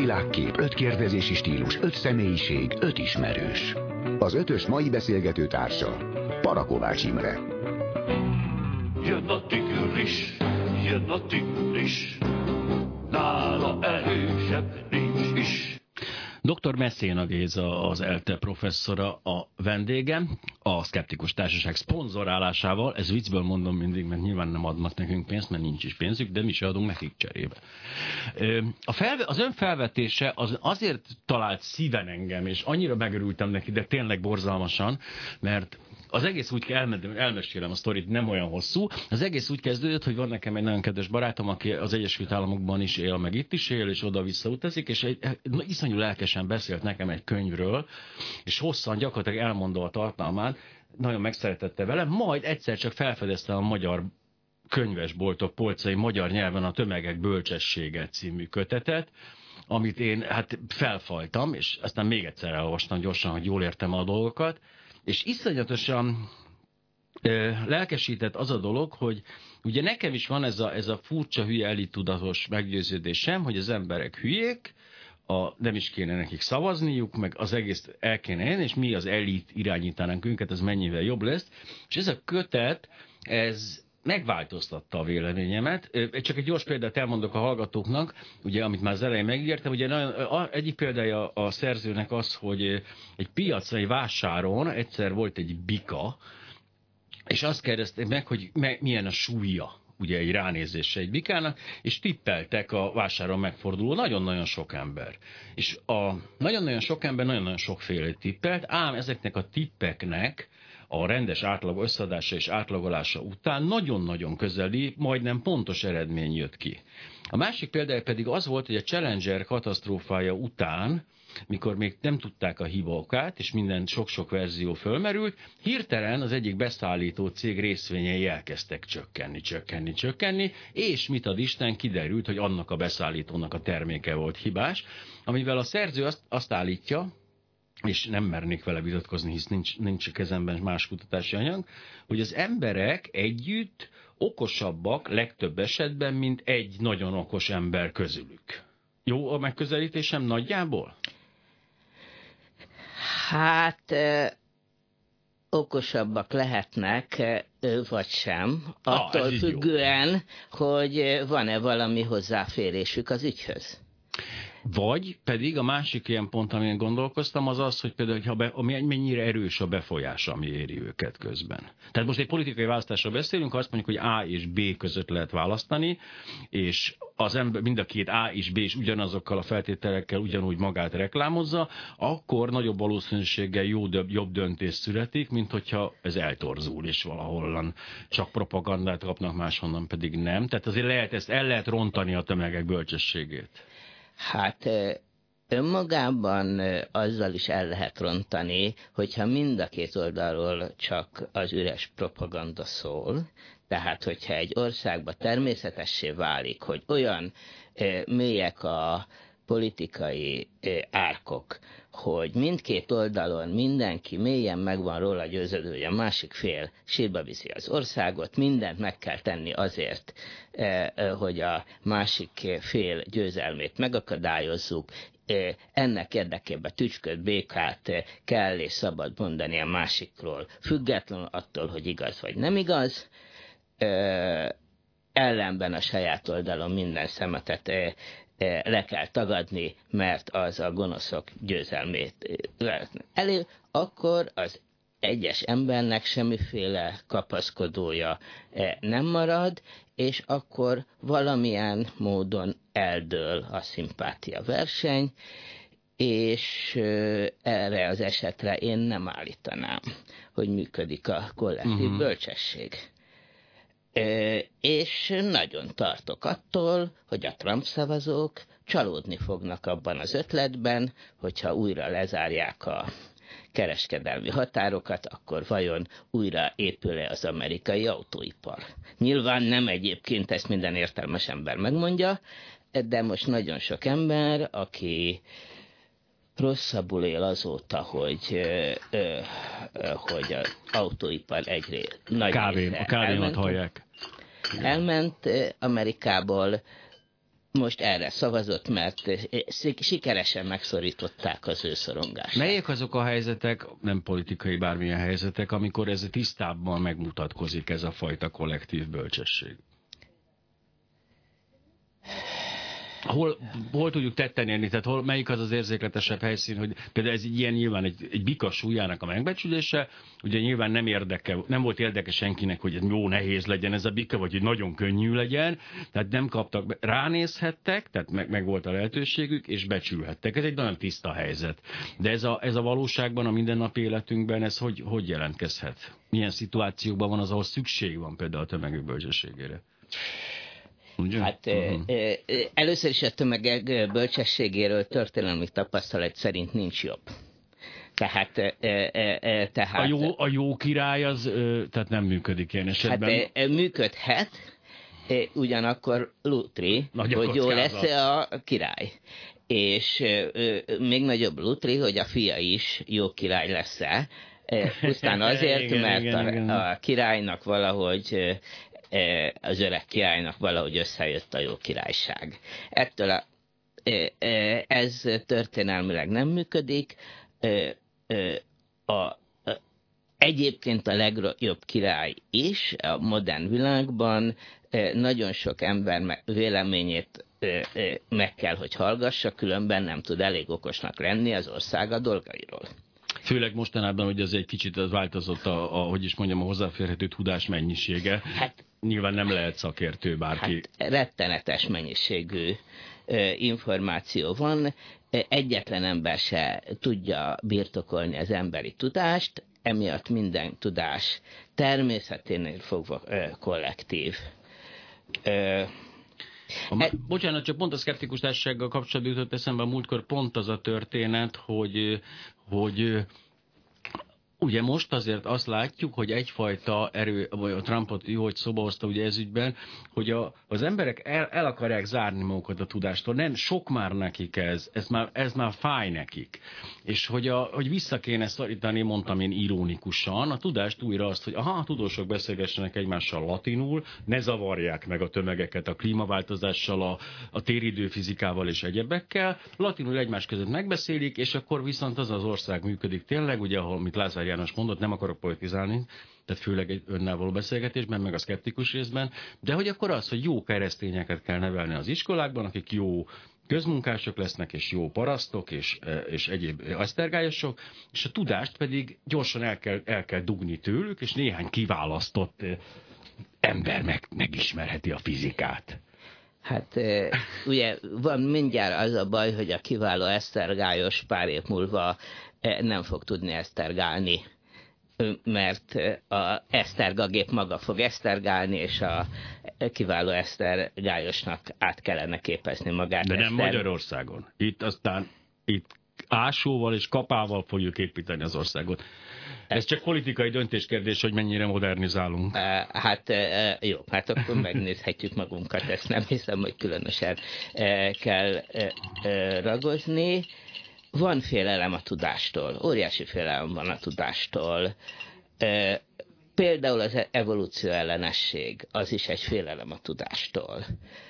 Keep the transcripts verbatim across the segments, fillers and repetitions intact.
világkép, öt kérdezési stílus, öt személyiség, öt ismerős. Az ötös mai beszélgető társa Parakovács Imre. Jön a tigris, jön a tigris, nála erősebb nincs is. doktor Messina Géza, az ELTE professzora a vendégem, a Szkeptikus Társaság szponzorálásával. Ez viccből mondom mindig, mert nyilván nem adnak nekünk pénzt, mert nincs is pénzük, de mi se adunk nekik cserébe. A felve, az ön felvetése az azért talált szíven engem, és annyira megörültem neki, de tényleg borzalmasan, mert az egész úgy elmedem, elmesélem a sztorit, nem olyan hosszú. Az egész úgy kezdődött, hogy van nekem egy nagyon kedves barátom, aki az Egyesült Államokban is él, meg itt is él, és oda-vissza utazik, és egy, iszonyú lelkesen beszélt nekem egy könyvről, és hosszan gyakorlatilag elmondva a tartalmát, nagyon megszeretette velem, majd egyszer csak felfedeztem a magyar könyvesboltok polcai magyar nyelven a Tömegek bölcsessége című kötetet, amit én hát felfajtam, és aztán még egyszer elolvastam gyorsan, hogy jól értem a dolgokat, és iszonyatosan ö, lelkesített az a dolog, hogy ugye nekem is van ez a, ez a furcsa, hülye, elitudatos meggyőződésem, hogy az emberek hülyék, a, nem is kéne nekik szavazniuk, meg az egész el kéne élni, és mi az elit irányítanánk őket, ez mennyivel jobb lesz. És ez a kötet, ez megváltoztatta a véleményemet. Csak egy gyors példát elmondok a hallgatóknak, ugye, amit már az elején megígértem, ugye nagyon, egyik példája a szerzőnek az, hogy egy piacon, egy vásáron egyszer volt egy bika, és azt kérdezték meg, hogy milyen a súlya, ugye egy ránézésre egy bikának, és tippeltek a vásáron megforduló nagyon-nagyon sok ember. És a nagyon-nagyon sok ember nagyon-nagyon sokféle tippelt, ám ezeknek a tippeknek a rendes átlag összeadása és átlagolása után nagyon-nagyon közeli, majdnem pontos eredmény jött ki. A másik példája pedig az volt, hogy a Challenger katasztrófája után, mikor még nem tudták a hiba okát, és minden sok-sok verzió fölmerült, hirtelen az egyik beszállító cég részvényei elkezdtek csökkenni, csökkenni, csökkenni, és mit ad Isten, kiderült, hogy annak a beszállítónak a terméke volt hibás, amivel a szerző azt, azt állítja, és nem mernék vele vitatkozni, hisz nincs, nincs a kezemben más kutatási anyag, hogy az emberek együtt okosabbak legtöbb esetben, mint egy nagyon okos ember közülük. Jó a megközelítésem nagyjából? Hát ö, okosabbak lehetnek, ö, vagy sem, attól ah, függően, jó. hogy van-e valami hozzáférésük az ügyhöz. Vagy pedig a másik ilyen pont, amin gondolkoztam, az az, hogy például hogy be, mennyire erős a befolyás, ami éri őket közben. Tehát most egy politikai választásról beszélünk, ha azt mondjuk, hogy A és B között lehet választani, és az ember, mind a két A és B is ugyanazokkal a feltételekkel ugyanúgy magát reklámozza, akkor nagyobb valószínűséggel jó, jobb döntés születik, mint hogyha ez eltorzul, és valahol csak propagandát kapnak, máshonnan pedig nem. Tehát azért lehet, ezt el lehet rontani a tömegek bölcsességét. Hát önmagában azzal is el lehet rontani, hogyha mind a két oldalról csak az üres propaganda szól, tehát hogyha egy országba természetessé válik, hogy olyan mélyek a politikai árkok, hogy mindkét oldalon mindenki mélyen megvan róla győződő, hogy a másik fél sírba viszi az országot, mindent meg kell tenni azért, hogy a másik fél győzelmét megakadályozzuk, ennek érdekében tücsköt, békát kell és szabad mondani a másikról, függetlenül attól, hogy igaz vagy nem igaz, ellenben a saját oldalon minden szemetet le kell tagadni, mert az a gonoszok győzelmét elő, akkor az egyes embernek semmiféle kapaszkodója nem marad, és akkor valamilyen módon eldől a szimpátia verseny, és erre az esetre én nem állítanám, hogy működik a kollektív uh-huh. bölcsesség. És nagyon tartok attól, hogy a Trump szavazók csalódni fognak abban az ötletben, hogyha újra lezárják a kereskedelmi határokat, akkor vajon újra épül-e az amerikai autóipar. Nyilván nem egyébként, ezt minden értelmes ember megmondja, de most nagyon sok ember, aki rosszabbul él azóta, hogy, ö, ö, ö, hogy az autóipar egyre nagy Kávén, a kávémat hallják. Elment Amerikából, most erre szavazott, mert sikeresen megszorították az ő szorongását. Melyek azok a helyzetek, nem politikai bármilyen helyzetek, amikor ez tisztábban megmutatkozik ez a fajta kollektív bölcsesség? Hol, hol tudjuk tetten érni, tehát hol, melyik az az érzékletesebb helyszín, hogy például ez ilyen nyilván egy, egy bika súlyának a megbecsülése, ugye nyilván nem érdeke, nem volt érdeke senkinek, hogy jó nehéz legyen ez a bika, vagy hogy nagyon könnyű legyen, tehát nem kaptak, ránézhettek, tehát meg, meg volt a lehetőségük, és becsülhettek. Ez egy nagyon tiszta helyzet. De ez a, ez a valóságban, a mindennapi életünkben, ez hogy, hogy jelentkezhet? Milyen szituációkban van az, ahol szükség van például a tömegek bölcsességére? Ugye? Hát uh-huh. először is a tömegek bölcsességéről történelmi tapasztalat szerint nincs jobb. Tehát, tehát a, jó, a jó király az tehát nem működik ilyen esetben. Hát működhet, ugyanakkor lutri, Nagy hogy jó lesz a király. És még nagyobb lutri, hogy a fia is jó király lesz-e. Pusztán azért, igen, mert igen, a, igen. a királynak valahogy az öreg királynak valahogy összejött a jó királyság. Ettől a, ez történelmileg nem működik. A, egyébként a legjobb király is a modern világban nagyon sok ember véleményét meg kell, hogy hallgassa, különben nem tud elég okosnak lenni az országa dolgairól. Főleg mostanában, hogy az egy kicsit az változott a, a, hogy is mondjam, a hozzáférhető tudás mennyisége. Hát, nyilván nem lehet szakértő bárki. Hát rettenetes mennyiségű ö, információ van. Egyetlen ember se tudja birtokolni az emberi tudást, emiatt minden tudás természeténél fogva ö, kollektív. Ö, A, bocsánat, csak pont a szkeptikus társasággal kapcsolatban jutott eszembe a múltkor pont az a történet, hogy, hogy ugye most azért azt látjuk, hogy egyfajta erő, vagy a Trumpot jó, hogy szóba hozta ugye ez ügyben, hogy a, az emberek el, el akarják zárni magukat a tudástól. Nem, sok már nekik ez, ez már, ez már fáj nekik. És hogy, a, hogy vissza kéne szorítani, mondtam én ironikusan, a tudást újra azt, hogy aha, a tudósok beszélgessenek egymással latinul, ne zavarják meg a tömegeket a klímaváltozással, a, a téridő fizikával és egyebekkel, latinul egymás között megbeszélik, és akkor viszont az az ország működik tényleg, ugye, ahol, mit Lázár János mondott, nem akarok politizálni, tehát főleg egy önnel való beszélgetésben, meg a szkeptikus részben, de hogy akkor az, hogy jó keresztényeket kell nevelni az iskolákban, akik jó közmunkások lesznek, és jó parasztok, és, és egyéb esztergályosok, és a tudást pedig gyorsan el kell, el kell dugni tőlük, és néhány kiválasztott ember meg, megismerheti a fizikát. Hát ugye van mindjárt az a baj, hogy a kiváló esztergályos pár év múlva nem fog tudni esztergálni, mert a esztergagép maga fog esztergálni, és a kiváló esztergályosnak át kellene képezni magát. De nem Eszter... Magyarországon. Itt aztán itt ásóval és kapával fogjuk építeni az országot. Ez csak politikai döntéskérdés, hogy mennyire modernizálunk. Hát jó, hát akkor megnézhetjük magunkat, ezt nem hiszem, hogy különösen kell ragozni. Van félelem a tudástól, óriási félelem van a tudástól. Például az evolúció ellenesség, az is egy félelem a tudástól.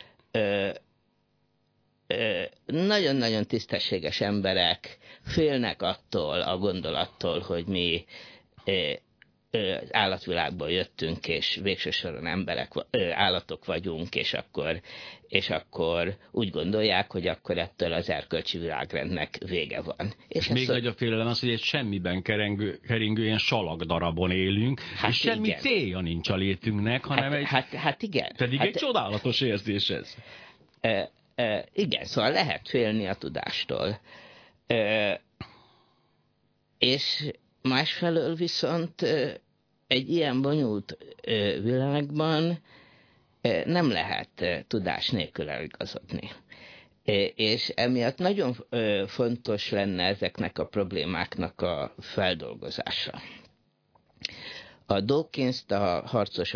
Nagyon-nagyon tisztességes emberek félnek attól a gondolattól, hogy mi az állatvilágból jöttünk, és végső soron emberek, állatok vagyunk, és akkor, és akkor úgy gondolják, hogy akkor ettől az erkölcsi világrendnek vége van. És, és még szó... nagyobb félelem az, hogy egy semmiben keringő, keringő ilyen salagdarabon élünk, hát és semmi igen. célja nincs a létünknek, hanem hát, egy... Hát, hát igen. Pedig hát, egy csodálatos érzés ez. E, e, igen, szóval lehet félni a tudástól. E, és másfelől viszont egy ilyen bonyolult világban nem lehet tudás nélkül eligazodni. És emiatt nagyon fontos lenne ezeknek a problémáknak a feldolgozása. A Dawkins-t a harcos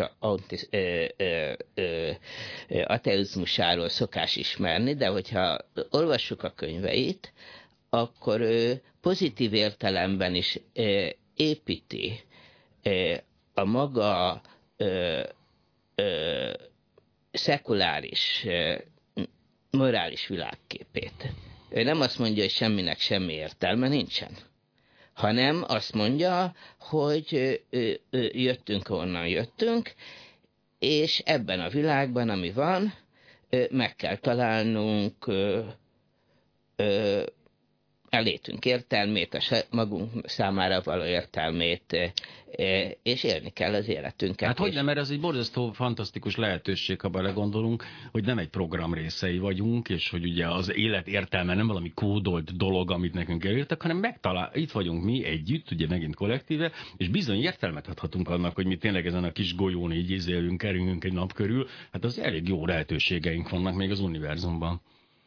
ateizmusáról szokás ismerni, de hogyha olvassuk a könyveit, akkor ő pozitív értelemben is építi a maga ö, ö, szekuláris ö, morális világképét. Ő nem azt mondja, hogy semminek semmi értelme nincsen, hanem azt mondja, hogy jöttünk, onnan jöttünk, és ebben a világban, ami van, meg kell találnunk a létünk értelmét, a magunk számára való értelmét, és élni kell az életünket. Hát hogy nem, mert ez egy borzasztó fantasztikus lehetőség, ha belegondolunk, hogy nem egy program részei vagyunk, és hogy ugye az élet értelme nem valami kódolt dolog, amit nekünk elértek, hanem megtalál, itt vagyunk mi együtt, ugye megint kollektíve, és bizony értelmet adhatunk annak, hogy mi tényleg ezen a kis golyón így izélünk, keringünk egy nap körül, hát az elég jó lehetőségeink vannak még az univerzumban.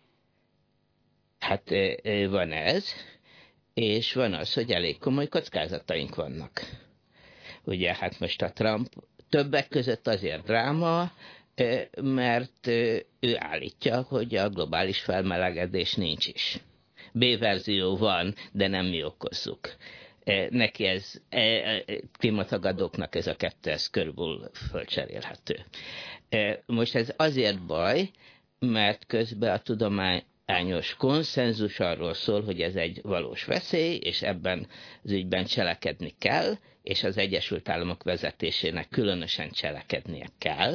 Hát van ez, és van az, hogy elég komoly kockázataink vannak. Ugye hát most a Trump többek között azért dráma, mert ő állítja, hogy a globális felmelegedés nincs is. B-verzió van, de nem mi okozzuk. Neki ez, klímatagadóknak ez a kettő, ez körülbelül fölcserélhető. Most ez azért baj, mert közben a tudomány konszenzus arról szól, hogy ez egy valós veszély, és ebben az ügyben cselekedni kell, és az Egyesült Államok vezetésének különösen cselekednie kell.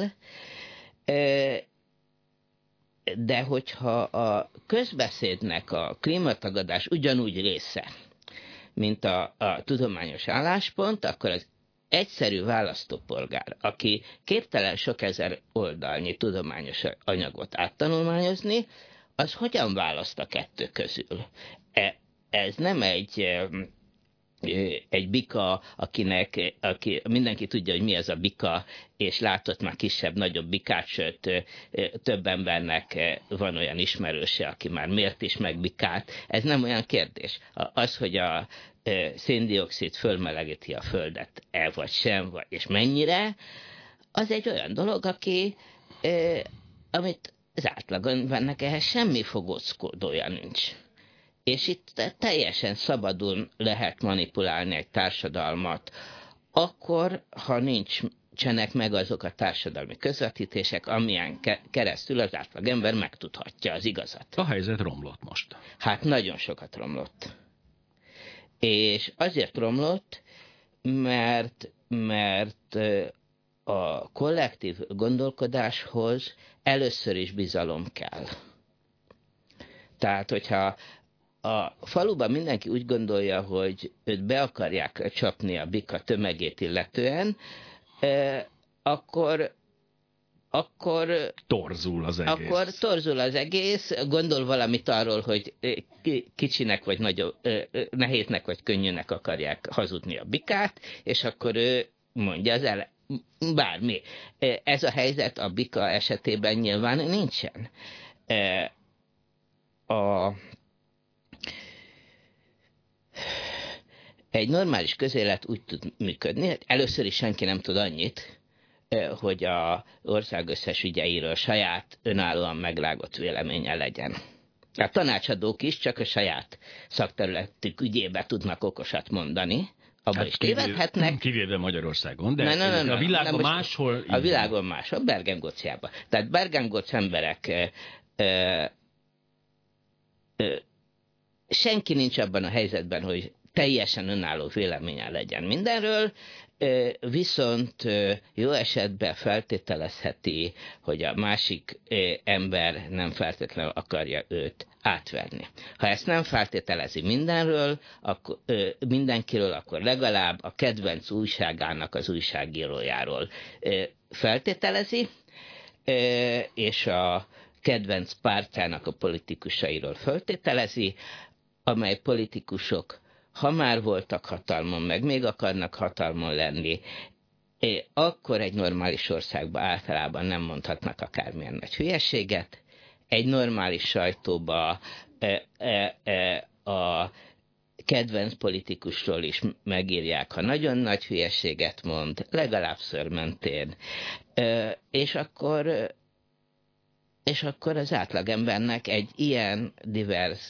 De hogyha a közbeszédnek a klímatagadás ugyanúgy része, mint a, a tudományos álláspont, akkor az egyszerű választópolgár, aki képtelen sok ezer oldalnyi tudományos anyagot áttanulmányozni, az hogyan választ a kettő közül? Ez nem egy, egy bika, akinek aki, mindenki tudja, hogy mi ez a bika, és látott már kisebb, nagyobb bikát, sőt, több embernek van olyan ismerőse, aki már mért is meg bikát. Ez nem olyan kérdés. Az, hogy a széndioxid fölmelegíti a Földet, el vagy sem, vagy, és mennyire, az egy olyan dolog, aki, amit az átlagon vannak, ehhez semmi fogóckodója nincs. És itt teljesen szabadul lehet manipulálni egy társadalmat, akkor, ha nincsenek meg azok a társadalmi közvetítések, amilyen keresztül az átlagember megtudhatja az igazat. A helyzet romlott most. Hát nagyon sokat romlott. És azért romlott, mert, mert a kollektív gondolkodáshoz először is bizalom kell. Tehát, hogyha a faluban mindenki úgy gondolja, hogy őt be akarják csapni a bika tömegét illetően, eh, akkor, akkor torzul az egész. Akkor torzul az egész, gondol valamit arról, hogy kicsinek vagy nagyobb, nehéznek vagy könnyűnek akarják hazudni a bikát, és akkor ő mondja az ele, bármi. Ez a helyzet a bika esetében nyilván nincsen. A, egy normális közélet úgy tud működni, először is senki nem tud annyit, hogy az ország összes ügyeiről saját, önállóan meglágott véleménye legyen. A tanácsadók is csak a saját szakterületük ügyébe tudnak okosat mondani, abban hát is tévedhetnek. Kivéve Magyarországon, de na, na, na, na, a világon na, máshol... A világon máshol, Bergen-Góciában. Tehát Bergen-Góc emberek ö, ö, ö, senki nincs abban a helyzetben, hogy teljesen önálló véleménye legyen mindenről, viszont jó esetben feltételezheti, hogy a másik ember nem feltétlenül akarja őt átverni. Ha ezt nem feltételezi mindenről, akkor, mindenkiről, akkor legalább a kedvenc újságának az újságírójáról feltételezi, és a kedvenc pártjának a politikusairól feltételezi, amely politikusok ha már voltak hatalmon, meg még akarnak hatalmon lenni, akkor egy normális országban általában nem mondhatnak akármilyen nagy hülyeséget. Egy normális sajtóba a kedvenc politikusról is megírják, ha nagyon nagy hülyeséget mond, legalább szörmentén. És akkor, és akkor az átlagembernek egy ilyen divers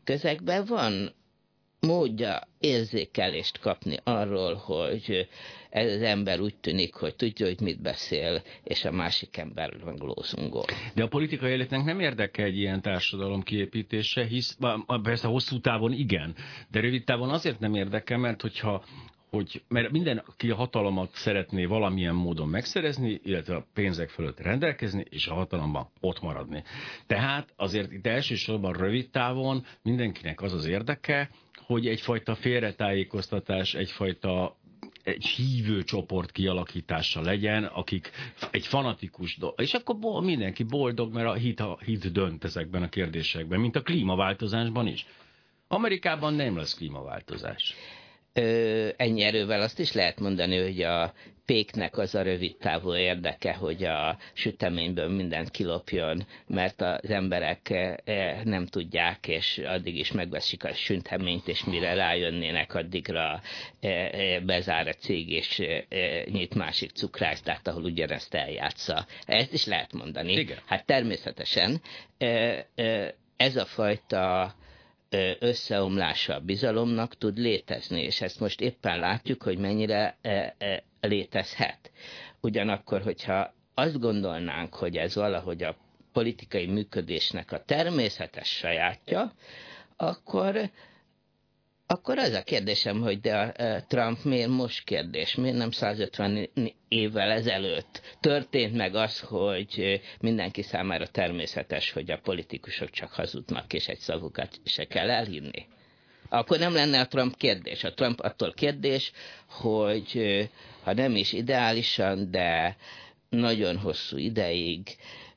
közegben van módja érzékelést kapni arról, hogy ez az ember úgy tűnik, hogy tudja, hogy mit beszél, és a másik ember meg lózungol. De a politikai életnek nem érdekel egy ilyen társadalom kiépítése, hisz persze hosszú távon igen, de rövid távon azért nem érdekel, mert hogyha hogy, mert mindenki a hatalmat szeretné valamilyen módon megszerezni, illetve a pénzek fölött rendelkezni, és a hatalomban ott maradni. Tehát azért itt elsősorban rövid távon mindenkinek az az érdeke, hogy egyfajta félretájékoztatás, egyfajta egy hívő csoport kialakítása legyen, akik egy fanatikus dolog. És akkor mindenki boldog, mert a hit, a hit dönt ezekben a kérdésekben, mint a klímaváltozásban is. Amerikában nem lesz klímaváltozás. Ö, ennyi erővel azt is lehet mondani, hogy a péknek az a rövid távú érdeke, hogy a süteményből mindent kilopjon, mert az emberek nem tudják, és addig is megveszik a süteményt, és mire rájönnének, addigra bezár a cég, és nyit másik cukrászdát, ahol ugyanezt eljátsza. Ezt is lehet mondani. Igen. Hát természetesen ez a fajta összeomlása a bizalomnak tud létezni, és ezt most éppen látjuk, hogy mennyire e, e, létezhet. Ugyanakkor, hogyha azt gondolnánk, hogy ez valahogy a politikai működésnek a természetes sajátja, akkor, akkor az a kérdésem, hogy de a Trump miért most kérdés, miért nem száz ötven évvel ezelőtt történt meg az, hogy mindenki számára természetes, hogy a politikusok csak hazudnak, és egy szavukat se kell elhinni. Akkor nem lenne a Trump kérdés. A Trump attól kérdés, hogy ha nem is ideálisan, de nagyon hosszú ideig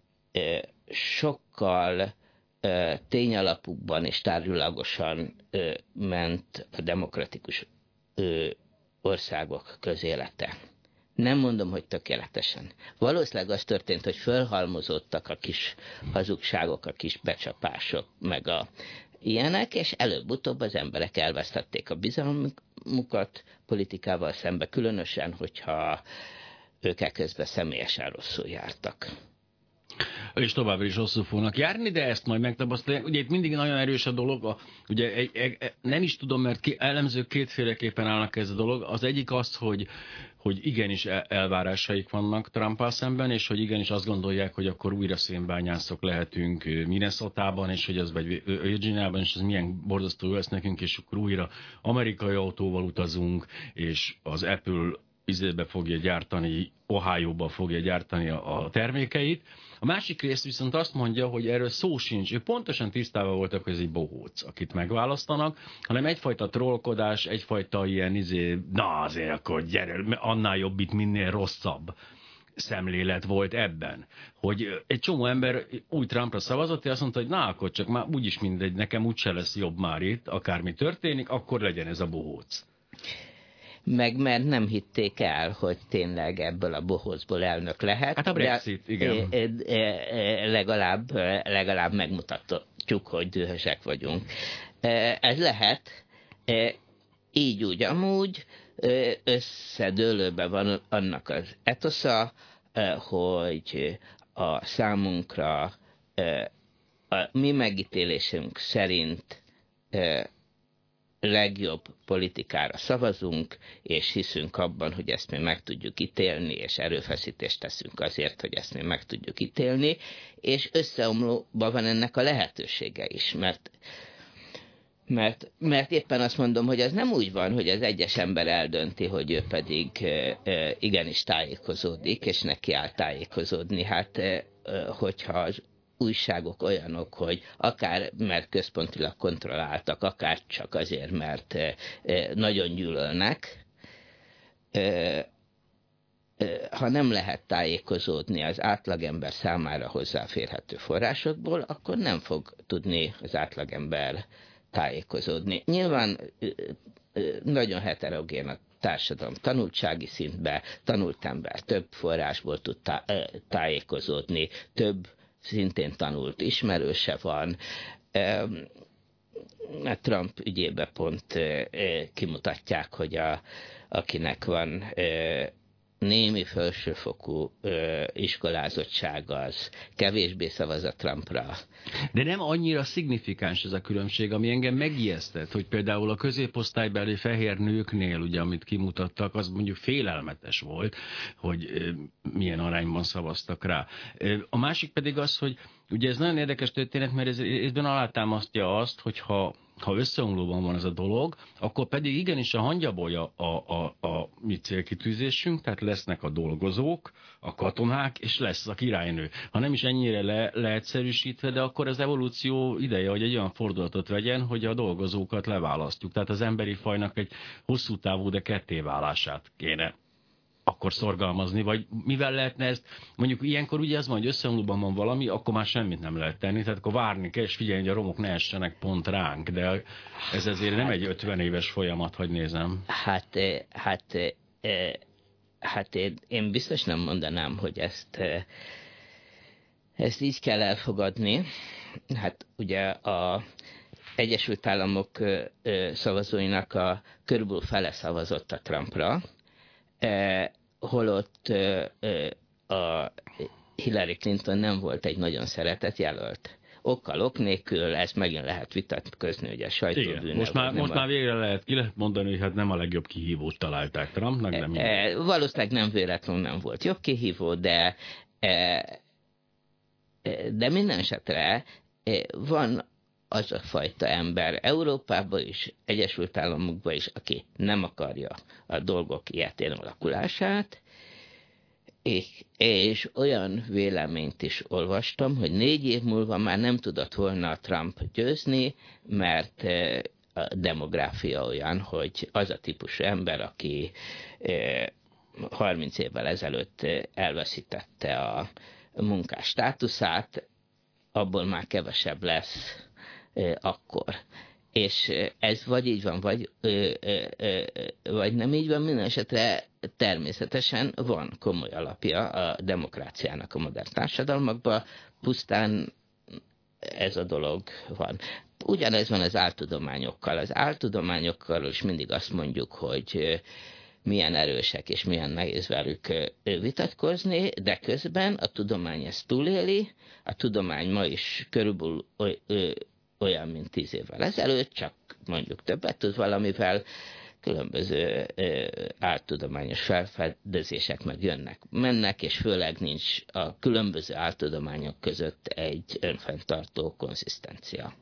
sokkal tényalapúkban és tárgyalagosan ment a demokratikus országok közélete. Nem mondom, hogy tökéletesen. Valószínűleg az történt, hogy fölhalmozódtak a kis hazugságok, a kis becsapások, meg a ilyenek, és előbb-utóbb az emberek elvesztették a bizalmukat politikával szembe, különösen, hogyha ők eközben személyesen rosszul jártak. És továbbra is rosszul fognak járni, de ezt majd megtapasztalják. Ugye itt mindig nagyon erős a dolog, a, ugye egy, egy, nem is tudom, mert ki, elemzők kétféleképpen állnak ez a dolog. Az egyik az, hogy, hogy igenis elvárásaik vannak Trumpal szemben, és hogy igenis azt gondolják, hogy akkor újra szénbányászok lehetünk Minnesotában, és hogy az vagy Virginiában, és az milyen borzasztó lesz nekünk, és akkor újra amerikai autóval utazunk, és az Apple izébe fogja gyártani, Ohio-ba fogja gyártani a, a termékeit. A másik rész viszont azt mondja, hogy erről szó sincs. Ők pontosan tisztában voltak, hogy ez egy bohóc, akit megválasztanak, hanem egyfajta trollkodás, egyfajta ilyen izé, na azért akkor gyere, annál jobb itt minél rosszabb szemlélet volt ebben. Hogy egy csomó ember új Trumpra szavazott, és azt mondta, hogy na akkor csak már úgyis mindegy, nekem úgyse lesz jobb már itt, akármi történik, akkor legyen ez a bohóc. Meg mert nem hitték el, hogy tényleg ebből a bohózból elnök lehet. Hát a Brexit, de, igen. E, e, e, legalább, legalább megmutatjuk, hogy dühösek vagyunk. E, ez lehet, e, így úgy amúgy összedőlőben van annak az etosza, e, hogy a számunkra e, a mi megítélésünk szerint e, legjobb politikára szavazunk, és hiszünk abban, hogy ezt mi meg tudjuk ítélni, és erőfeszítést teszünk azért, hogy ezt mi meg tudjuk ítélni, és összeomlóban van ennek a lehetősége is, mert, mert, mert éppen azt mondom, hogy ez nem úgy van, hogy az egyes ember eldönti, hogy ő pedig igenis tájékozódik, és neki áll tájékozódni. Hát, hogyha az újságok olyanok, hogy akár mert központilag kontrolláltak, akár csak azért, mert nagyon gyűlölnek, ha nem lehet tájékozódni az átlagember számára hozzáférhető forrásokból, akkor nem fog tudni az átlagember tájékozódni. Nyilván nagyon heterogén a társadalom tanultsági szintben, tanult ember több forrásból tud tájékozódni, több szintén tanult ismerőse van. A Trump ügyében pont kimutatják, hogy a, akinek van némi felsőfokú ö, iskolázottság az kevésbé szavaz a Trumpra. De nem annyira szignifikáns ez a különbség, ami engem megijesztett, hogy például a középosztálybeli fehér nőknél, ugye, amit kimutattak, az mondjuk félelmetes volt, hogy ö, milyen arányban szavaztak rá. Ö, a másik pedig az, hogy ugye ez nagyon érdekes történet, mert ez részben alátámasztja azt, hogyha ha összeomlóban van ez a dolog, akkor pedig igenis a hangyabolja a, a, a mi célkitűzésünk, tehát lesznek a dolgozók, a katonák, és lesz a királynő. Ha nem is ennyire le, leegyszerűsítve, de akkor az evolúció ideje, hogy egy olyan fordulatot vegyen, hogy a dolgozókat leválasztjuk. Tehát az emberi fajnak egy hosszú távú, de kettéválását kéne akkor szorgalmazni, vagy mivel lehetne ezt, mondjuk ilyenkor ugye az van, hogy összeomlóban van valami, akkor már semmit nem lehet tenni, tehát akkor várni kell, és figyelni, hogy a romok ne essenek pont ránk, de ez azért nem egy ötven éves folyamat, hogy nézem. Hát, hát, hát én, én biztos nem mondanám, hogy ezt, ezt így kell elfogadni. Hát ugye a Egyesült Államok szavazóinak a körülbelül fele szavazott a Trumpra, holott a Hillary Clinton nem volt egy nagyon szeretett jelölt. Okkal, ok nélkül, ezt megint lehet vitatkozni, hogy a sajtóbűne. Most már, most a... már végre lehet, ki lehet mondani, hogy hát nem a legjobb kihívót találták Trumpnak, de e, valószínűleg nem véletlenül nem volt jobb kihívó, de, de minden esetre van az a fajta ember Európában is, Egyesült Államokban is, aki nem akarja a dolgok ilyetén alakulását, és, és olyan véleményt is olvastam, hogy négy év múlva már nem tudott volna Trump győzni, mert a demográfia olyan, hogy az a típusú ember, aki harminc évvel ezelőtt elveszítette a munkás státuszát, abból már kevesebb lesz akkor. És ez vagy így van, vagy, ö, ö, ö, vagy nem így van, minden esetre természetesen van komoly alapja a demokráciának a modern társadalmakban, pusztán ez a dolog van. Ugyanez van az áltudományokkal. Az áltudományokkal is mindig azt mondjuk, hogy milyen erősek és milyen nehéz velük vitatkozni, de közben a tudomány ezt túléli, a tudomány ma is körülbelül olyan, mint tíz évvel ezelőtt, csak mondjuk többet tud valamivel, különböző ö, áltudományos felfedezések meg jönnek, mennek, és főleg nincs a különböző áltudományok között egy önfenntartó konzisztencia.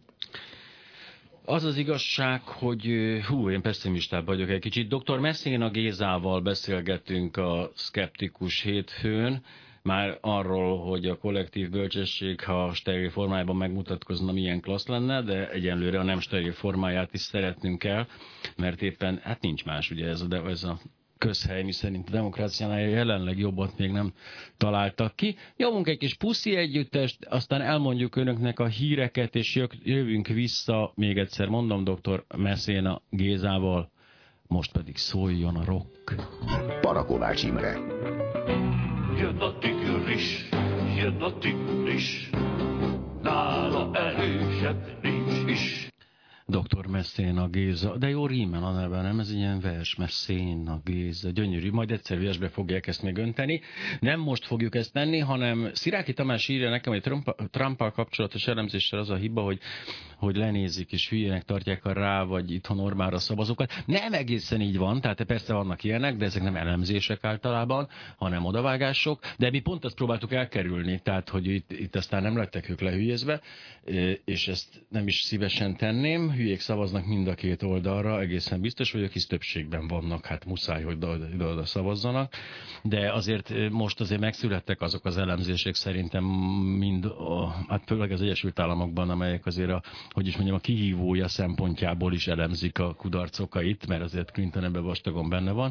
Az az igazság, hogy hú, én pessimistább vagyok egy kicsit. doktor Messina Gézával beszélgettünk a Szkeptikus hétfőn, már arról, hogy a kollektív bölcsesség, ha steril formájában megmutatkozna, milyen klassz lenne, de egyenlőre a nem steril formáját is szeretnünk kell, mert éppen, hát nincs más, ugye ez a, ez a közhely, mi szerint a demokráciánál jelenleg jobbat még nem találtak ki. Nyomunk egy kis puszi együttest, aztán elmondjuk önöknek a híreket, és jövünk vissza, még egyszer mondom, doktor Messina Gézával, most pedig szóljon a rock. Parakovács Imre. Jön a tigris, jön a tigris, nála erősebb nincs is. doktor Messina Géza, de jó rímel a neve, nem? Ez ilyen vers, Messina Géza, gyönyörű, majd egyszer versbe fogják ezt még önteni. Nem most fogjuk ezt tenni, hanem Sziráki Tamás írja nekem, hogy Trump, Trumpal kapcsolatos elemzéssel az a hiba, hogy, hogy lenézik és hülyének tartják a rá, vagy itthon Orbánra szavazókat. Nem egészen így van, tehát persze vannak ilyenek, de ezek nem elemzések általában, hanem odavágások, de mi pont azt próbáltuk elkerülni, tehát hogy itt, itt aztán nem lettek ők lehülyezve, és ezt nem is szívesen tenném. Hülyék szavaznak mind a két oldalra, egészen biztos vagyok, hisz többségben vannak, hát muszáj, hogy oda szavazzanak, de azért most azért megszülettek azok az elemzések szerintem mind, a, hát főleg az Egyesült Államokban, amelyek azért a, hogy is mondjam, a kihívója szempontjából is elemzik a kudarcokait, mert azért Clinton ebben vastagon benne van.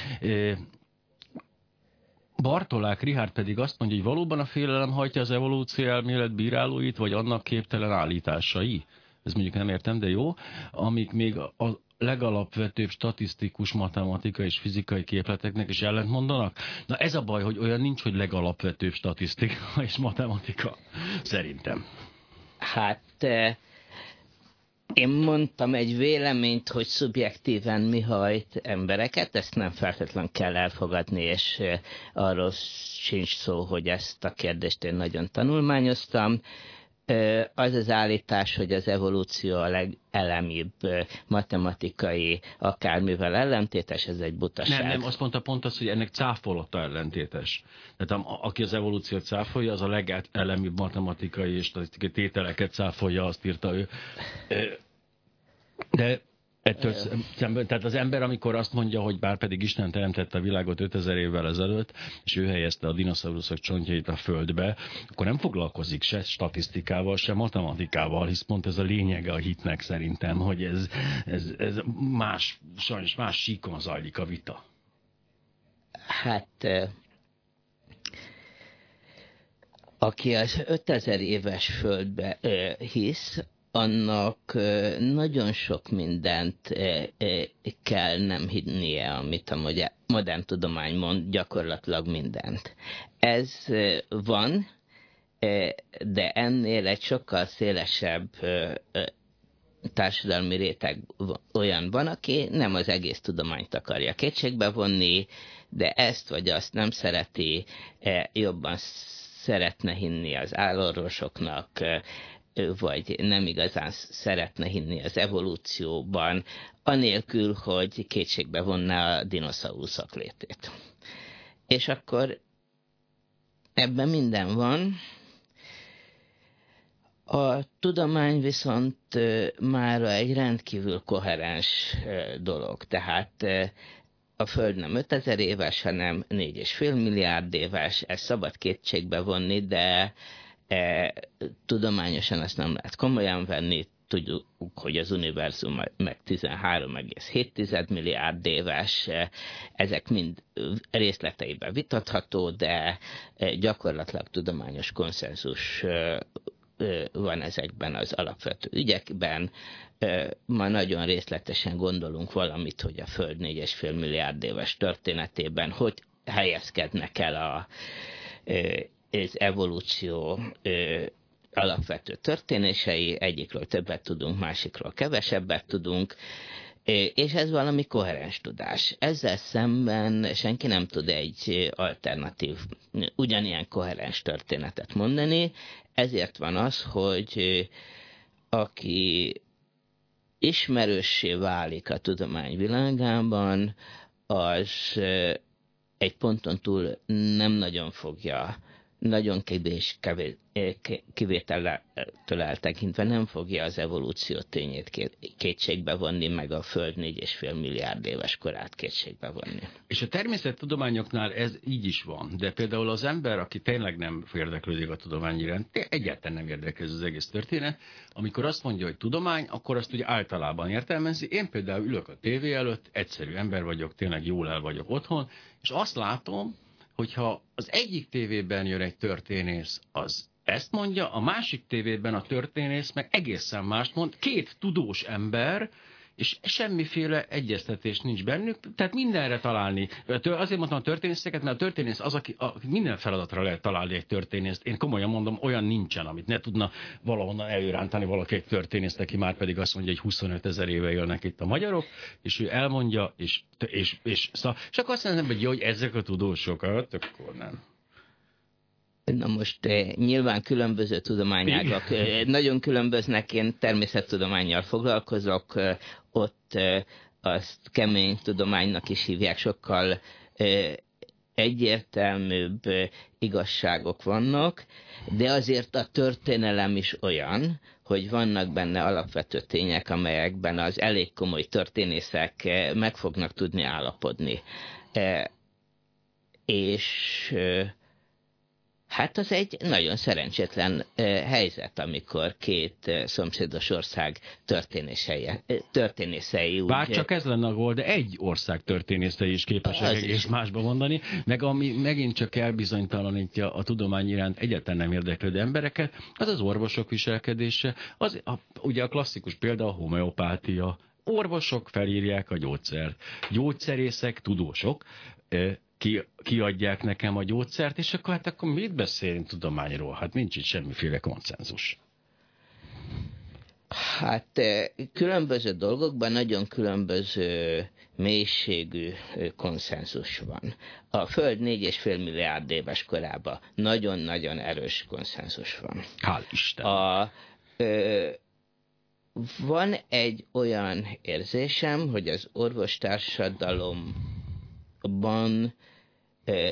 Bartolák Richárd pedig azt mondja, hogy valóban a félelem hajtja az evolúció elmélet bírálóit, vagy annak képtelen állításai. Ez mondjuk nem értem, de jó. Amik még a legalapvetőbb statisztikus matematika és fizikai képleteknek is ellentmondanak. Na ez a baj, hogy olyan nincs, hogy legalapvetőbb statisztika és matematika. Szerintem. Hát Én mondtam egy véleményt, hogy szubjektíven mi hajt embereket, ezt nem feltétlenül kell elfogadni, és arról sincs szó, hogy ezt a kérdést én nagyon tanulmányoztam. Az az állítás, hogy az evolúció a legelemibb matematikai akármivel ellentétes, ez egy butaság. Nem, nem, azt mondta pont az, hogy ennek cáfolata ellentétes. Tehát a, aki az evolúciót cáfolja, az a legelemibb matematikai és statisztikai tételeket cáfolja, azt írta ő. De ettől szemben, tehát az ember, amikor azt mondja, hogy bár pedig Isten teremtette a világot ötezer évvel ezelőtt, és ő helyezte a dinoszauruszok csontjait a földbe, akkor nem foglalkozik se statisztikával, se matematikával, hisz pont ez a lényege a hitnek szerintem, hogy ez, ez, ez más, sajnos más síkon zajlik a vita. Hát, aki az ötezer éves földbe hisz, annak nagyon sok mindent kell nem hinnie, amit a modern tudomány mond, gyakorlatilag mindent. Ez van, de ennél egy sokkal szélesebb társadalmi réteg olyan van, aki nem az egész tudományt akarja kétségbe vonni, de ezt vagy azt nem szereti, jobban szeretne hinni az állorvosoknak, vagy nem igazán szeretne hinni az evolúcióban, anélkül, hogy kétségbe vonná a dinoszauruszok létét. És akkor ebben minden van. A tudomány viszont mára egy rendkívül koherens dolog. Tehát a Föld nem ötezer éves, hanem négy és fél milliárd éves, ezt szabad kétségbe vonni, de E, tudományosan ezt nem lehet komolyan venni, tudjuk, hogy az univerzum meg tizenhárom egész hét milliárd éves, ezek mind részleteiben vitatható, de gyakorlatilag tudományos konszenzus van ezekben az alapvető ügyekben. Ma nagyon részletesen gondolunk valamit, hogy a Föld négy és fél milliárd éves történetében hogy helyezkednek el a az evolúció ö, alapvető történései, egyikről többet tudunk, másikról kevesebbet tudunk, és ez valami koherens tudás. Ezzel szemben senki nem tud egy alternatív, ugyanilyen koherens történetet mondani, ezért van az, hogy aki ismerőssé válik a tudomány világában, az egy ponton túl nem nagyon fogja, nagyon kevés kivételtől eltekintve nem fogja az evolúció tényét kétségbe vonni, meg a Föld négy és fél milliárd éves korát kétségbe vonni. És a természettudományoknál ez így is van, de például az ember, aki tényleg nem érdeklődik a tudomány iránt, egyáltalán nem érdekel ez az egész történet, amikor azt mondja, hogy tudomány, akkor azt ugye általában értelmezi. Én például ülök a tévé előtt, egyszerű ember vagyok, tényleg jól el vagyok otthon, és azt látom, hogyha az egyik tévében jön egy történész, az ezt mondja, a másik tévében a történész meg egészen mást mond, két tudós ember, és semmiféle egyeztetés nincs bennük, tehát mindenre találni. Azért mondtam a történészeket, mert a történész az, aki, aki minden feladatra lehet találni egy történészt. Én komolyan mondom, olyan nincsen, amit ne tudna valahonnan előrántani valaki egy történészt, aki már pedig azt mondja, hogy huszonöt ezer éve élnek itt a magyarok, és ő elmondja, és, és, és, szá... és akkor azt mondom, hogy jó, hogy ezek a tudósok, hát akkor nem. Na most eh, nyilván különböző tudományágak eh, nagyon különböznek, én természettudománnyal foglalkozok, eh, ott eh, azt kemény tudománynak is hívják, sokkal eh, egyértelműbb eh, igazságok vannak, de azért a történelem is olyan, hogy vannak benne alapvető tények, amelyekben az elég komoly történészek eh, meg fognak tudni állapodni. Eh, és... Eh, Hát az egy nagyon szerencsétlen helyzet, amikor két szomszédos ország történészei, történészei úgy... Bár csak ez lenne a gól, de egy ország történészei is képesek egész másba mondani, meg ami megint csak elbizonytalanítja a tudomány iránt egyáltalán nem érdeklődő embereket, az az orvosok viselkedése, az a, ugye a klasszikus példa a homeopátia. Orvosok felírják a gyógyszert, gyógyszerészek, tudósok, Ki, kiadják nekem a gyógyszert, és akkor hát akkor mit beszélünk tudományról? Hát nincs itt semmiféle konszenzus. Hát különböző dolgokban nagyon különböző mélységű konszenzus van. A Föld négy és fél milliárd éves korában nagyon-nagyon erős konszenzus van. Hál' Isten! A, ö, van egy olyan érzésem, hogy az orvostársadalomban ö,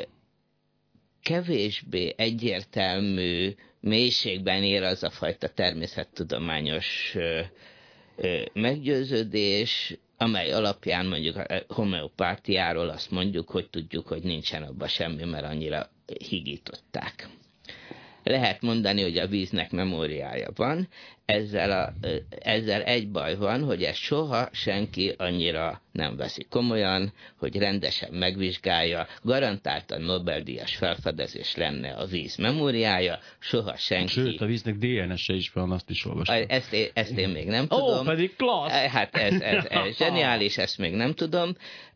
kevésbé egyértelmű mélységben ér az a fajta természettudományos ö, ö, meggyőződés, amely alapján mondjuk a homeopátiáról azt mondjuk, hogy tudjuk, hogy nincsen abban semmi, mert annyira higították. Lehet mondani, hogy a víznek memóriája van, ezzel, a, ezzel egy baj van, hogy ezt soha senki annyira nem veszi komolyan, hogy rendesen megvizsgálja, garantáltan Nobel-díjas felfedezés lenne a víz memóriája, soha senki... Sőt, a víznek dé en es-e is van, azt is olvastam. Ezt, én, ezt én még nem tudom. Ó, pedig klassz! Hát ez, ez, ez zseniális, ezt még nem tudom.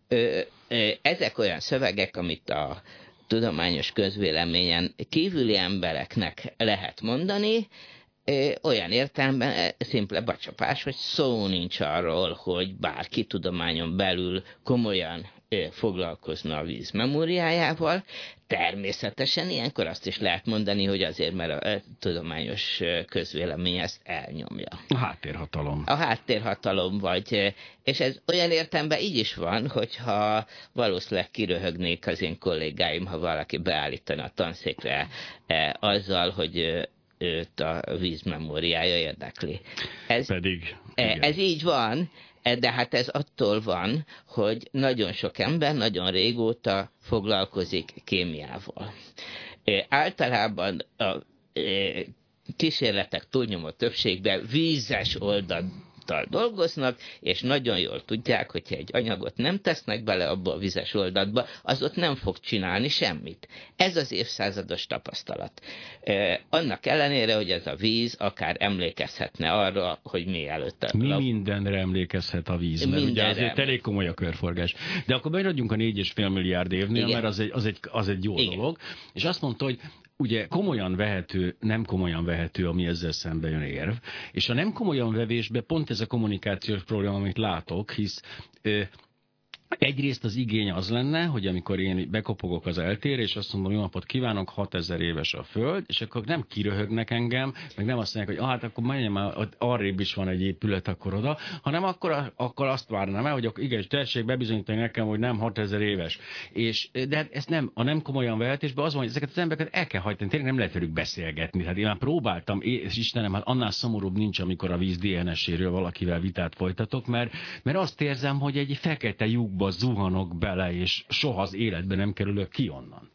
Ezek olyan szövegek, amit a tudományos közvéleményen kívüli embereknek lehet mondani, olyan értelemben szimple bacsapás, hogy szó nincs arról, hogy bárki tudományon belül komolyan foglalkozna a víz memóriájával. Természetesen ilyenkor azt is lehet mondani, hogy azért, mert a tudományos közvélemény ezt elnyomja. A háttérhatalom. A háttérhatalom vagy, és ez olyan értelemben így is van, hogyha valószínűleg kiröhögnék az én kollégáim, ha valaki beállítana a tanszékre azzal, hogy őt a víz memóriája érdekli. Ez, Pedig. Igen. Ez így van, de hát ez attól van, hogy nagyon sok ember nagyon régóta foglalkozik kémiával. Általában a kísérletek túlnyomó többségben vízes oldattal dolgoznak, és nagyon jól tudják, hogyha egy anyagot nem tesznek bele abba a vizes oldatba, az ott nem fog csinálni semmit. Ez az évszázados tapasztalat. Eh, annak ellenére, hogy ez a víz akár emlékezhetne arra, hogy mi előtt a... Mi mindenre emlékezhet a víz, mert Mindenre. ugye azért elég komoly a körforgás. De akkor maradjunk a négy és fél milliárd évnél, Igen. mert az egy, az egy, az egy jó Igen. dolog. És azt mondta, hogy ugye komolyan vehető, nem komolyan vehető, ami ezzel szemben jön érv, és a nem komolyan vevésbe pont ez a kommunikációs probléma, amit látok, hisz ö, egyrészt az igény az lenne, hogy amikor én bekopogok az eltérre, és azt mondom, jó napot kívánok, hatezer éves a Föld, és akkor nem kiröhögnek engem, meg nem azt mondják, hogy ah, hát akkor menjem már, arrébb is van egy épület, akkor oda, hanem akkor, akkor azt várnám el, hogy akkor igen, tessék bebizonyítani nekem, hogy nem hatezer éves. És, de hát ez nem, a nem komolyan vehetésben az van, hogy ezeket az embereket el kell hajtani, tényleg nem lehet velük beszélgetni. Hát én már próbáltam, és Istenem, hát annál szomorúbb nincs, amikor a víz dé en es-éről valakivel vitát folytatok, mert, mert azt érzem, hogy egy fekete lyukba zuhanok bele, és soha az életben nem kerülök ki onnan.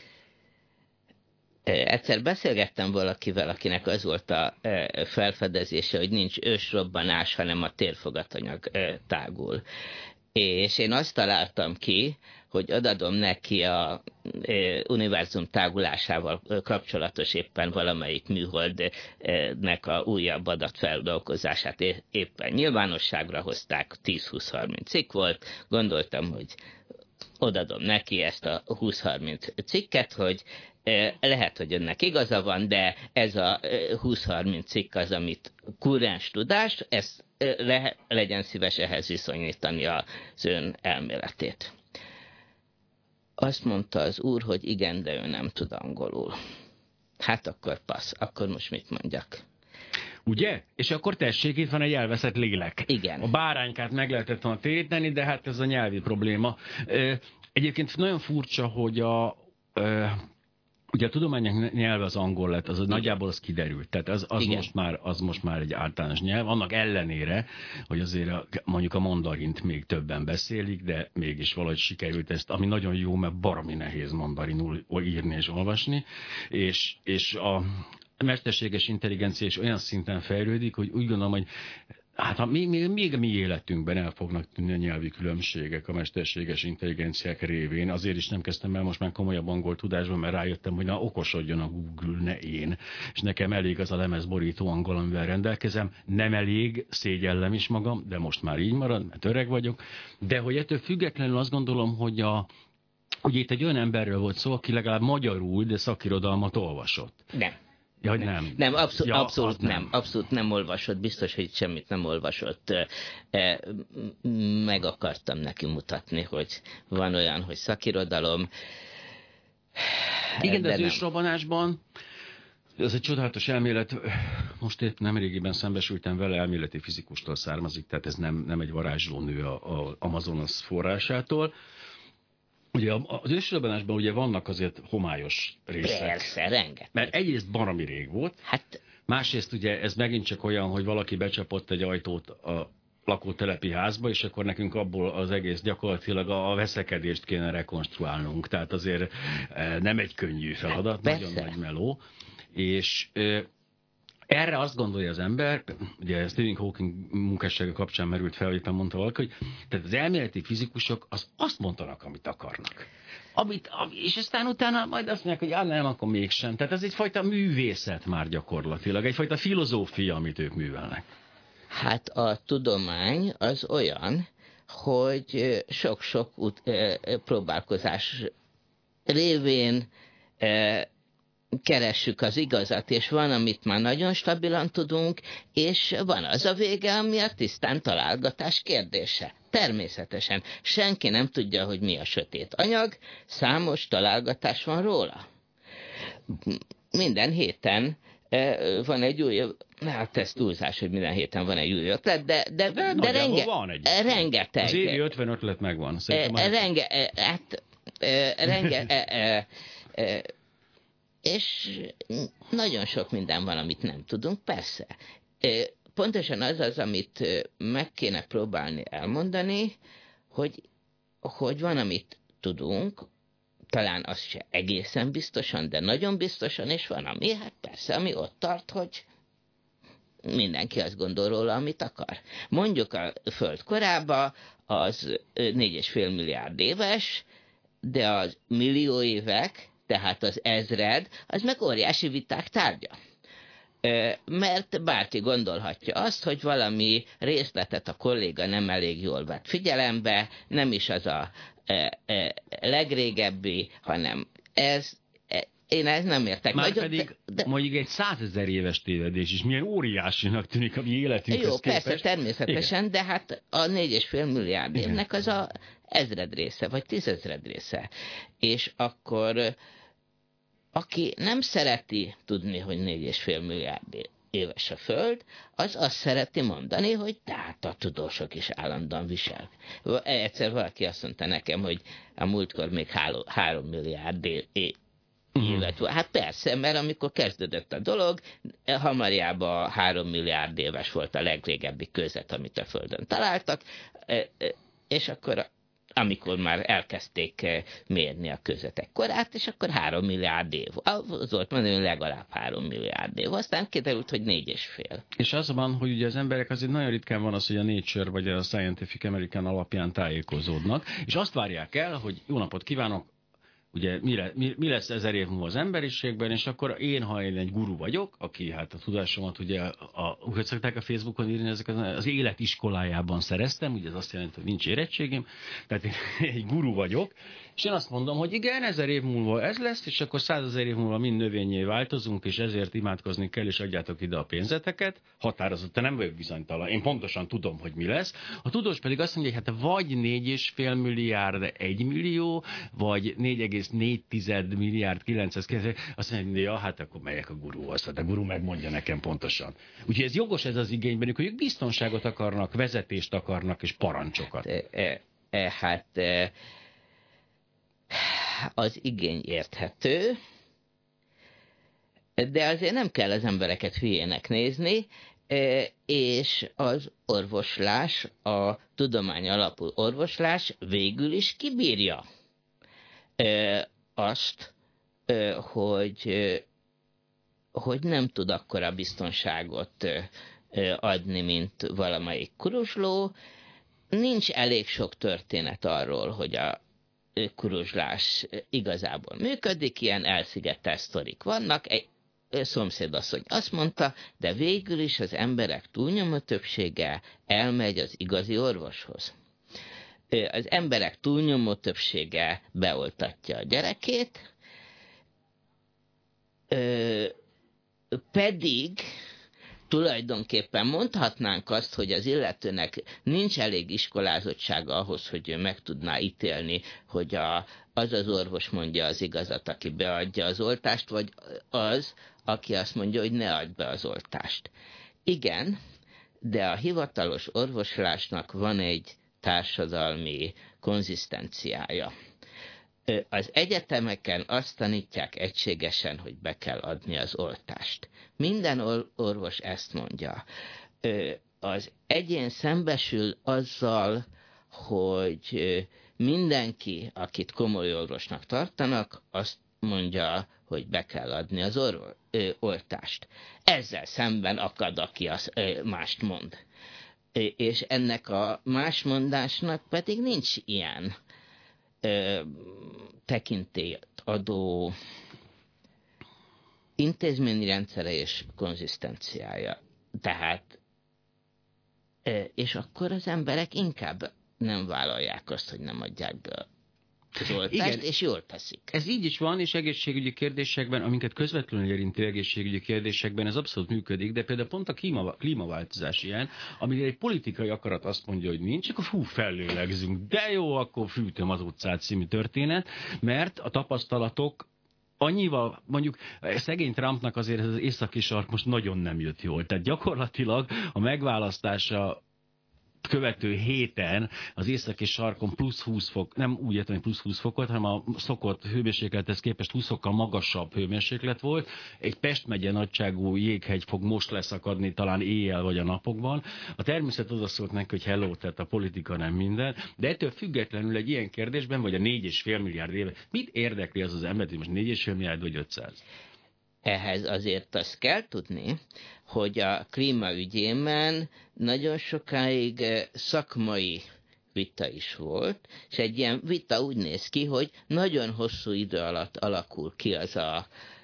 Egyszer beszélgettem valakivel, akinek az volt a felfedezése, hogy nincs ősrobbanás, hanem a térfogatanyag tágul. És én azt találtam ki, hogy adadom neki a univerzum tágulásával kapcsolatos éppen valamelyik műholdnek a újabb adatfeldolgozását éppen nyilvánosságra hozták, tíz-húsz-harminc cikk volt, gondoltam, hogy odadom neki ezt a húsz-harminc cikket, hogy lehet, hogy önnek igaza van, de ez a húsz-harminc cikk az, amit kurrens tudás, ezt le, legyen szíves ehhez viszonyítani az ön elméletét. Azt mondta az úr, hogy igen, de ő nem tud angolul. Hát akkor passz, akkor most mit mondjak? Ugye? És akkor tessék, itt van egy elveszett lélek. Igen. A báránykát meg lehetett volna téríteni, de hát ez a nyelvi probléma. Egyébként nagyon furcsa, hogy a... Ugye a tudományos nyelv az angol lett, az nagyjából az kiderült. Tehát az, az, most már, az most már egy általános nyelv. Annak ellenére, hogy azért a, mondjuk a mandarint még többen beszélik, de mégis valahogy sikerült ezt, ami nagyon jó, mert baromi nehéz mandarinul írni és olvasni. És, és a mesterséges intelligencia is olyan szinten fejlődik, hogy úgy gondolom, hogy hát még, még, még a mi életünkben el fognak tűnni a nyelvi különbségek a mesterséges intelligenciák révén. Azért is nem kezdtem el most már komolyabb angol tudásban, mert rájöttem, hogy na okosodjon a Google, ne én. És nekem elég az a lemezborító angol, amivel rendelkezem. Nem elég, szégyellem is magam, de most már így marad, mert öreg vagyok. De hogy ettől függetlenül azt gondolom, hogy a Ugye itt egy olyan emberről volt szó, aki legalább magyarul, de szakirodalmat olvasott. Nem. Ja, hogy nem. Nem, abszol- ja, abszolút nem. nem. Abszolút nem olvasott, biztos, hogy semmit nem olvasott. Meg akartam neki mutatni, hogy van olyan, hogy szakirodalom. Igen, de, de az nem. ősrobbanásban ez egy csodálatos elmélet, most épp nemrégiben szembesültem vele, elméleti fizikustól származik, tehát ez nem, nem egy varázslónő a, a Amazonas forrásától. Ugye az ősrobbanásban ugye vannak azért homályos részek. Persze, rengeteg. Mert egyrészt baromi rég volt, Hát, másrészt ugye ez megint csak olyan, hogy valaki becsapott egy ajtót a lakótelepi házba, és akkor nekünk abból az egész gyakorlatilag a veszekedést kéne rekonstruálnunk. Tehát azért nem egy könnyű feladat, hát nagyon nagy meló. És ö, erre azt gondolja az ember, ugye Stephen Hawking munkássága kapcsán merült fel, éppen mondta valaki, hogy tehát az elméleti fizikusok az azt mondanak, amit akarnak. Amit, és aztán utána majd azt mondják, hogy á, nem, akkor mégsem. Tehát ez egyfajta művészet már gyakorlatilag, egyfajta filozófia, amit ők művelnek. hát a tudomány az olyan, hogy sok-sok ut- próbálkozás révén keressük az igazat, és van, amit már nagyon stabilan tudunk, és van az a vége, ami a tisztán találgatás kérdése. Természetesen. Senki nem tudja, hogy mi a sötét anyag, számos találgatás van róla. Minden héten van egy új, hát ez túlzás, hogy minden héten van egy új ötlet, de, de, de, de renge, van egy rengeteg. Az évi ötven ötlet megvan. E, renge, e, hát, e, renge, e, e, e, és nagyon sok minden van, amit nem tudunk, persze. Pontosan az az, amit meg kéne próbálni elmondani, hogy, hogy van, amit tudunk, talán az se egészen biztosan, de nagyon biztosan, és van, ami, hát persze, ami ott tart, hogy mindenki azt gondol róla, amit akar. Mondjuk a Föld korába az négy és fél milliárd éves, de az millió évek, tehát az ezred, az meg óriási viták tárgya. Mert bárki gondolhatja azt, hogy valami részletet a kolléga nem elég jól vett figyelembe, nem is az a legrégebbi, hanem ez, én ezt nem értek. Már Nagyon, pedig de, de... mondjuk egy százezer éves tévedés is milyen óriásinak tűnik a mi életünkhez Jó, képest. persze, természetesen, igen. De hát a négy és fél milliárd igen. évnek az a ezred része, vagy tízezred része. És akkor aki nem szereti tudni, hogy négy és fél milliárd éves a Föld, az azt szereti mondani, hogy tehát a tudósok is állandóan visel. Egyszer valaki azt mondta nekem, hogy a múltkor még három milliárd év élet volt. Hát persze, mert amikor kezdődött a dolog, hamarjában három milliárd éves volt a legrégebbi kőzet, amit a Földön találtak, és akkor amikor már elkezdték mérni a kőzetek korát, és akkor három milliárd év. Az volt mondani, hogy legalább három milliárd év. Aztán kiderült, hogy négy és fél. És az van, hogy ugye az emberek azért nagyon ritkán van az, hogy a Nature vagy a Scientific American alapján tájékozódnak, és azt várják el, hogy jó napot kívánok, ugye mi, mi, mi lesz ezer év múlva az emberiségben, és akkor én, ha én egy guru vagyok, aki hát a tudásomat ugye, a, hogy szokták a Facebookon írni, ezek az, az élet iskolájában szereztem, ugye ez azt jelenti, hogy nincs érettségem, tehát én egy guru vagyok, és én azt mondom, hogy igen, ezer év múlva ez lesz, és akkor százezer év múlva mind növényé változunk, és ezért imádkozni kell, és adjátok ide a pénzeteket. Határozottan nem vagyok bizonytalan. Én pontosan tudom, hogy mi lesz. A tudós pedig azt mondja, hogy hát vagy négy és fél milliárd egy millió, vagy négy egész négy milliárd kilencszáz. Azt mondja, hogy ja, hát akkor melyek a guruhoz. Hát a guru megmondja nekem pontosan. Úgyhogy ez jogos ez az igény bennük, hogy ők biztonságot akarnak, vezetést akarnak, és parancsokat. E, e, e, hát... E... az igény érthető, de azért nem kell az embereket hülyének nézni, és az orvoslás, a tudomány alapú orvoslás végül is kibírja azt, hogy, hogy nem tud akkora biztonságot adni, mint valamelyik kuruzsló. Nincs elég sok történet arról, hogy a kuruzslás igazából működik, ilyen elszigetelt sztorik vannak. Egy szomszédasszony azt mondta, de végül is az emberek túlnyomó többsége elmegy az igazi orvoshoz. Az emberek túlnyomó többsége beoltatja a gyerekét, pedig tulajdonképpen mondhatnánk azt, hogy az illetőnek nincs elég iskolázottsága ahhoz, hogy ő meg tudná ítélni, hogy a, az az orvos mondja az igazat, aki beadja az oltást, vagy az, aki azt mondja, hogy ne adj be az oltást. Igen, de a hivatalos orvoslásnak van egy társadalmi konzisztenciája. Az egyetemeken azt tanítják egységesen, hogy be kell adni az oltást. Minden orvos ezt mondja. Az egyén szembesül azzal, hogy mindenki, akit komoly orvosnak tartanak, azt mondja, hogy be kell adni az orvo- ö, oltást. Ezzel szemben akad, aki az, ö, mást mond. És ennek a másmondásnak pedig nincs ilyen ö, tekintélyt adó intézményi rendszere és konzisztenciája. Tehát, ö, és akkor az emberek inkább nem vállalják azt, hogy nem adják be az oltást, igen, és jól teszik. Ez így is van, és egészségügyi kérdésekben, amiket közvetlenül érintő egészségügyi kérdésekben ez abszolút működik, de például pont a klíma, klímaváltozás ilyen, amire egy politikai akarat azt mondja, hogy nincs, akkor fú, fellélegzünk, de jó, akkor fűtöm az utcát című történet, mert a tapasztalatok annyival, mondjuk szegény Trumpnak azért ez az északi sark most nagyon nem jött jól. Tehát gyakorlatilag a megválasztása követő héten az északi sarkon plusz húsz fok, nem úgy értem, hogy plusz húsz fokot, hanem a szokott hőmérséklethez képest húsz fokkal magasabb hőmérséklet volt. Egy Pest megye nagyságú jéghegy fog most leszakadni, talán éjjel vagy a napokban. A természet odaszólt neki, hogy hello, tehát a politika nem minden, de ettől függetlenül egy ilyen kérdésben, vagy a négy és fél milliárd éve, mit érdekli az az embert, hogy most négy és fél milliárd vagy ötszáz? Ehhez azért azt kell tudni, hogy a klímaügyében nagyon sokáig szakmai vita is volt, és egy ilyen vita úgy néz ki, hogy nagyon hosszú idő alatt alakul ki az a,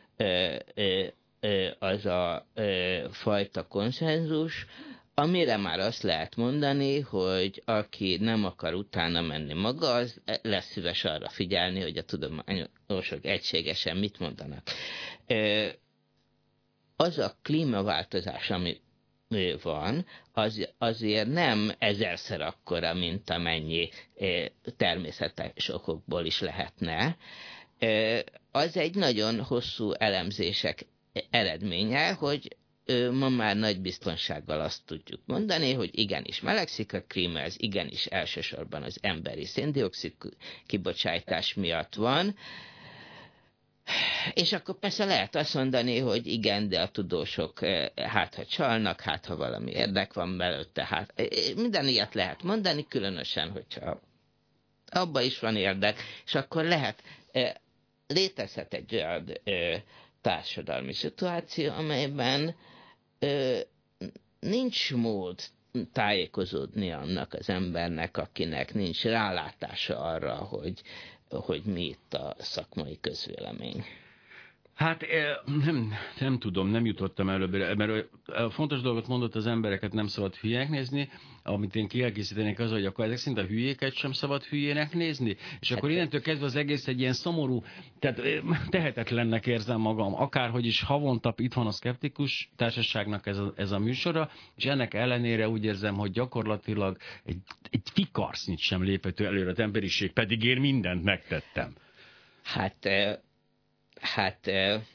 az a fajta konszenzus, amire már azt lehet mondani, hogy aki nem akar utána menni maga, az lesz szíves arra figyelni, hogy a tudományosok egységesen mit mondanak. Az a klímaváltozás, ami van, az azért nem ezerszer akkora, mint amennyi természetes okokból is lehetne. Az egy nagyon hosszú elemzések eredménye, hogy ma már nagy biztonsággal azt tudjuk mondani, hogy igenis melegszik a klíma, ez igenis elsősorban az emberi széndioxid kibocsátás miatt van. És akkor persze lehet azt mondani, hogy igen, de a tudósok hát ha csalnak, hát ha valami érdek van belőtte, hát minden ilyet lehet mondani, különösen, hogyha abba is van érdek, és akkor lehet, létezhet egy olyan társadalmi szituáció, amelyben nincs mód tájékozódni annak az embernek, akinek nincs rálátása arra, hogy hogy mi itt a szakmai közvélemény. Hát nem, nem tudom, nem jutottam előbb, mert a fontos dolgot mondott, az embereket nem szabad hülyének nézni, amit én kielkészítenék az, hogy akkor ezek szinte a hülyéket sem szabad hülyének nézni, és hát akkor innentől kezdve az egész egy ilyen szomorú, tehát tehetetlennek érzem magam, akárhogy is havonta itt van a Szkeptikus Társaságnak ez a, ez a műsora, és ennek ellenére úgy érzem, hogy gyakorlatilag egy, egy fikarsznyit sem léphető előre az emberiség, pedig én mindent megtettem. Hát... Hát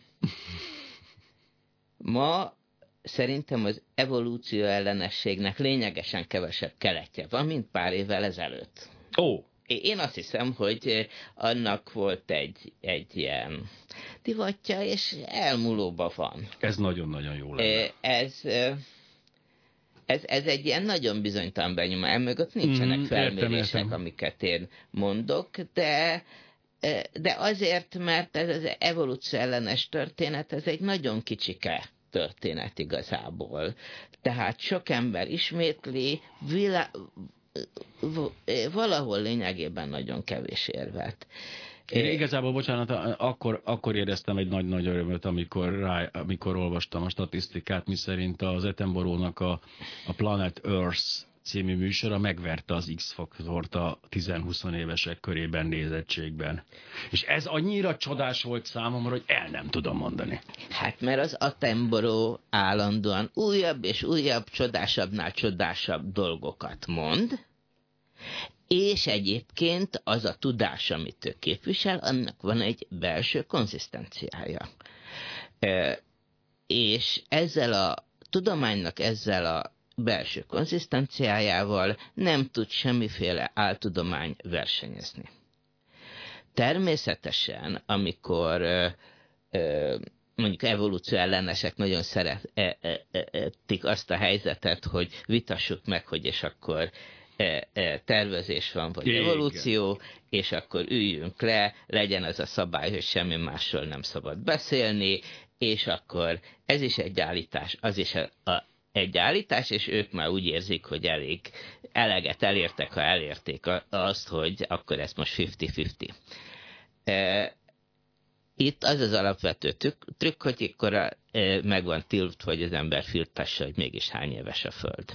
ma szerintem az evolúció ellenességnek lényegesen kevesebb keletje van, mint pár évvel ezelőtt. Ó! Én azt hiszem, hogy annak volt egy, egy ilyen divatja, és elmúlóban van. Ez nagyon-nagyon jó lenne. Ez, ez, ez egy ilyen nagyon bizonytalan benyomás. Emögött nincsenek mm, felmérések, értem, értem. amiket én mondok, de... De azért, mert ez az evolúció ellenes történet, ez egy nagyon kicsike történet igazából. Tehát sok ember ismétli, vilá... valahol lényegében nagyon kevés érvet. Én igazából, bocsánat, akkor, akkor éreztem egy nagy-nagy örömöt, amikor, rá, amikor olvastam a statisztikát, miszerint az Attenborough-nak a, a Planet Earth című műsora megverte az X-faktort a tíz-húsz évesek körében nézettségben. És ez annyira csodás volt számomra, hogy el nem tudom mondani. Hát mert az Attenborough állandóan újabb és újabb, csodásabbnál csodásabb dolgokat mond, és egyébként az a tudás, amit ő képvisel, annak van egy belső konzisztenciája. E, és ezzel a tudománynak ezzel a belső konzisztenciájával nem tud semmiféle áltudomány versenyezni. Természetesen, amikor e, e, mondjuk evolúció ellenesek nagyon szeretik azt a helyzetet, hogy vitassuk meg, hogy és akkor tervezés van, vagy Igen. evolúció, és akkor üljünk le, legyen az a szabály, hogy semmi másról nem szabad beszélni, és akkor ez is egy állítás, az is a, a, egy állítás, és ők már úgy érzik, hogy elég eleget elértek, ha elérték azt, hogy akkor ez most fifty-fifty. Itt az az alapvető trükk, trükk hogy akkor a, meg van tiltva, hogy az ember filtesse, hogy mégis hány éves a Föld.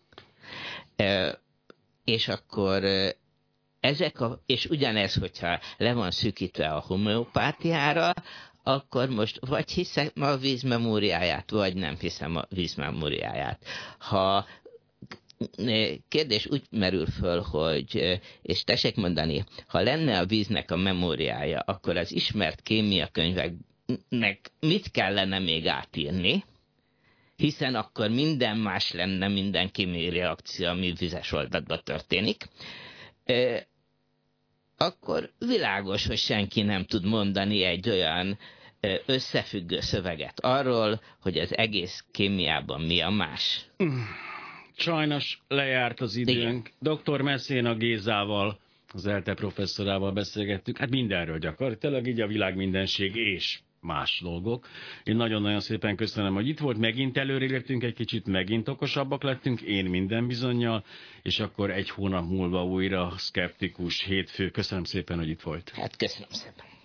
És akkor ezek a, és ugyanez, hogyha le van szűkítve a homeopátiára, akkor most vagy hiszem a vízmemóriáját, vagy nem hiszem a vízmemóriáját. Ha kérdés úgy merül föl, hogy, és tessék mondani, ha lenne a víznek a memóriája, akkor az ismert kémiakönyveknek mit kellene még átírni, hiszen akkor minden más lenne, minden kémiai reakció, ami vizes oldatban történik, e, akkor világos, hogy senki nem tud mondani egy olyan összefüggő szöveget arról, hogy az egész kémiában mi a más. Sajnos lejárt az időnk. Igen. doktor Messina Gézával, az ELTE professzorával beszélgettük, hát mindenről gyakorlatilag, így a világ mindenség és más dolgok. Én nagyon-nagyon szépen köszönöm, hogy itt volt, megint előréléptünk egy kicsit, megint okosabbak lettünk, én minden bizonnyal, és akkor egy hónap múlva újra szkeptikus hétfő. Köszönöm szépen, hogy itt volt. Hát köszönöm szépen.